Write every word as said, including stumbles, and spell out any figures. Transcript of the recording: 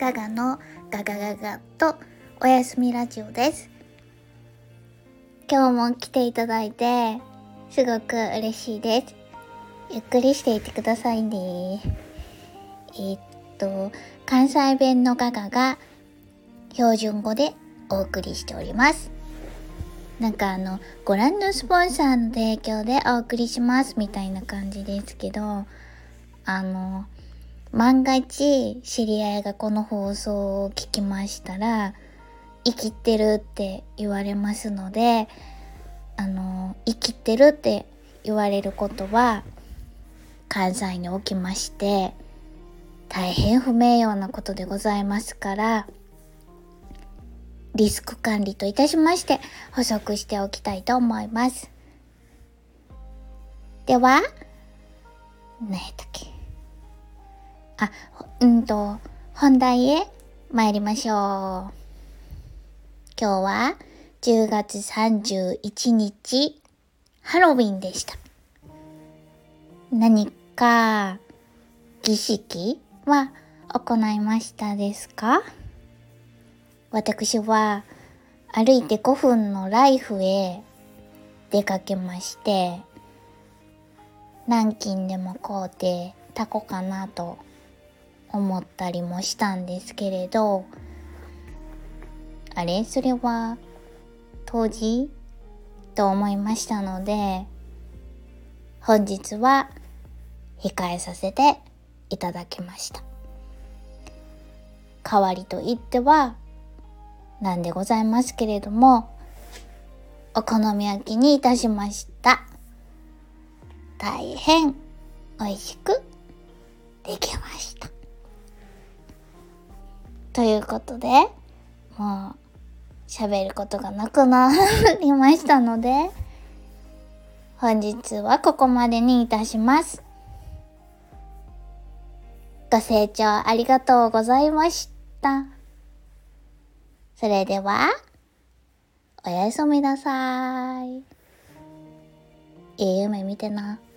ガガのガガガガとおやすみラジオです。今日も来ていただいてすごく嬉しいです。ゆっくりしていてくださいね。えー、っと関西弁のガガが標準語でお送りしております。なんかあのご覧のスポンサーの提供でお送りしますみたいな感じですけど、あの万が一知り合いがこの放送を聞きましたら生きってるって言われますので、あの生きってるって言われることは関西におきまして大変不名誉なことでございますから、リスク管理といたしまして補足しておきたいと思います。では何やったっけ、あ、うんと本題へ参りましょう。今日はじゅうがつさんじゅういちにちハロウィンでした。何か儀式は行いましたですか？私は歩いてごふんのライフへ出かけまして、南京でも買うてタコかなと思ったりもしたんですけれど、あれそれは当時と思いましたので、本日は控えさせていただきました。代わりと言ってはなんでございますけれども、お好み焼きにいたしました。大変美味しくできました。ということで、もう喋ることがなくなりましたので、本日はここまでにいたします。ご清聴ありがとうございました。それではおやすみなさい。いい夢見てな。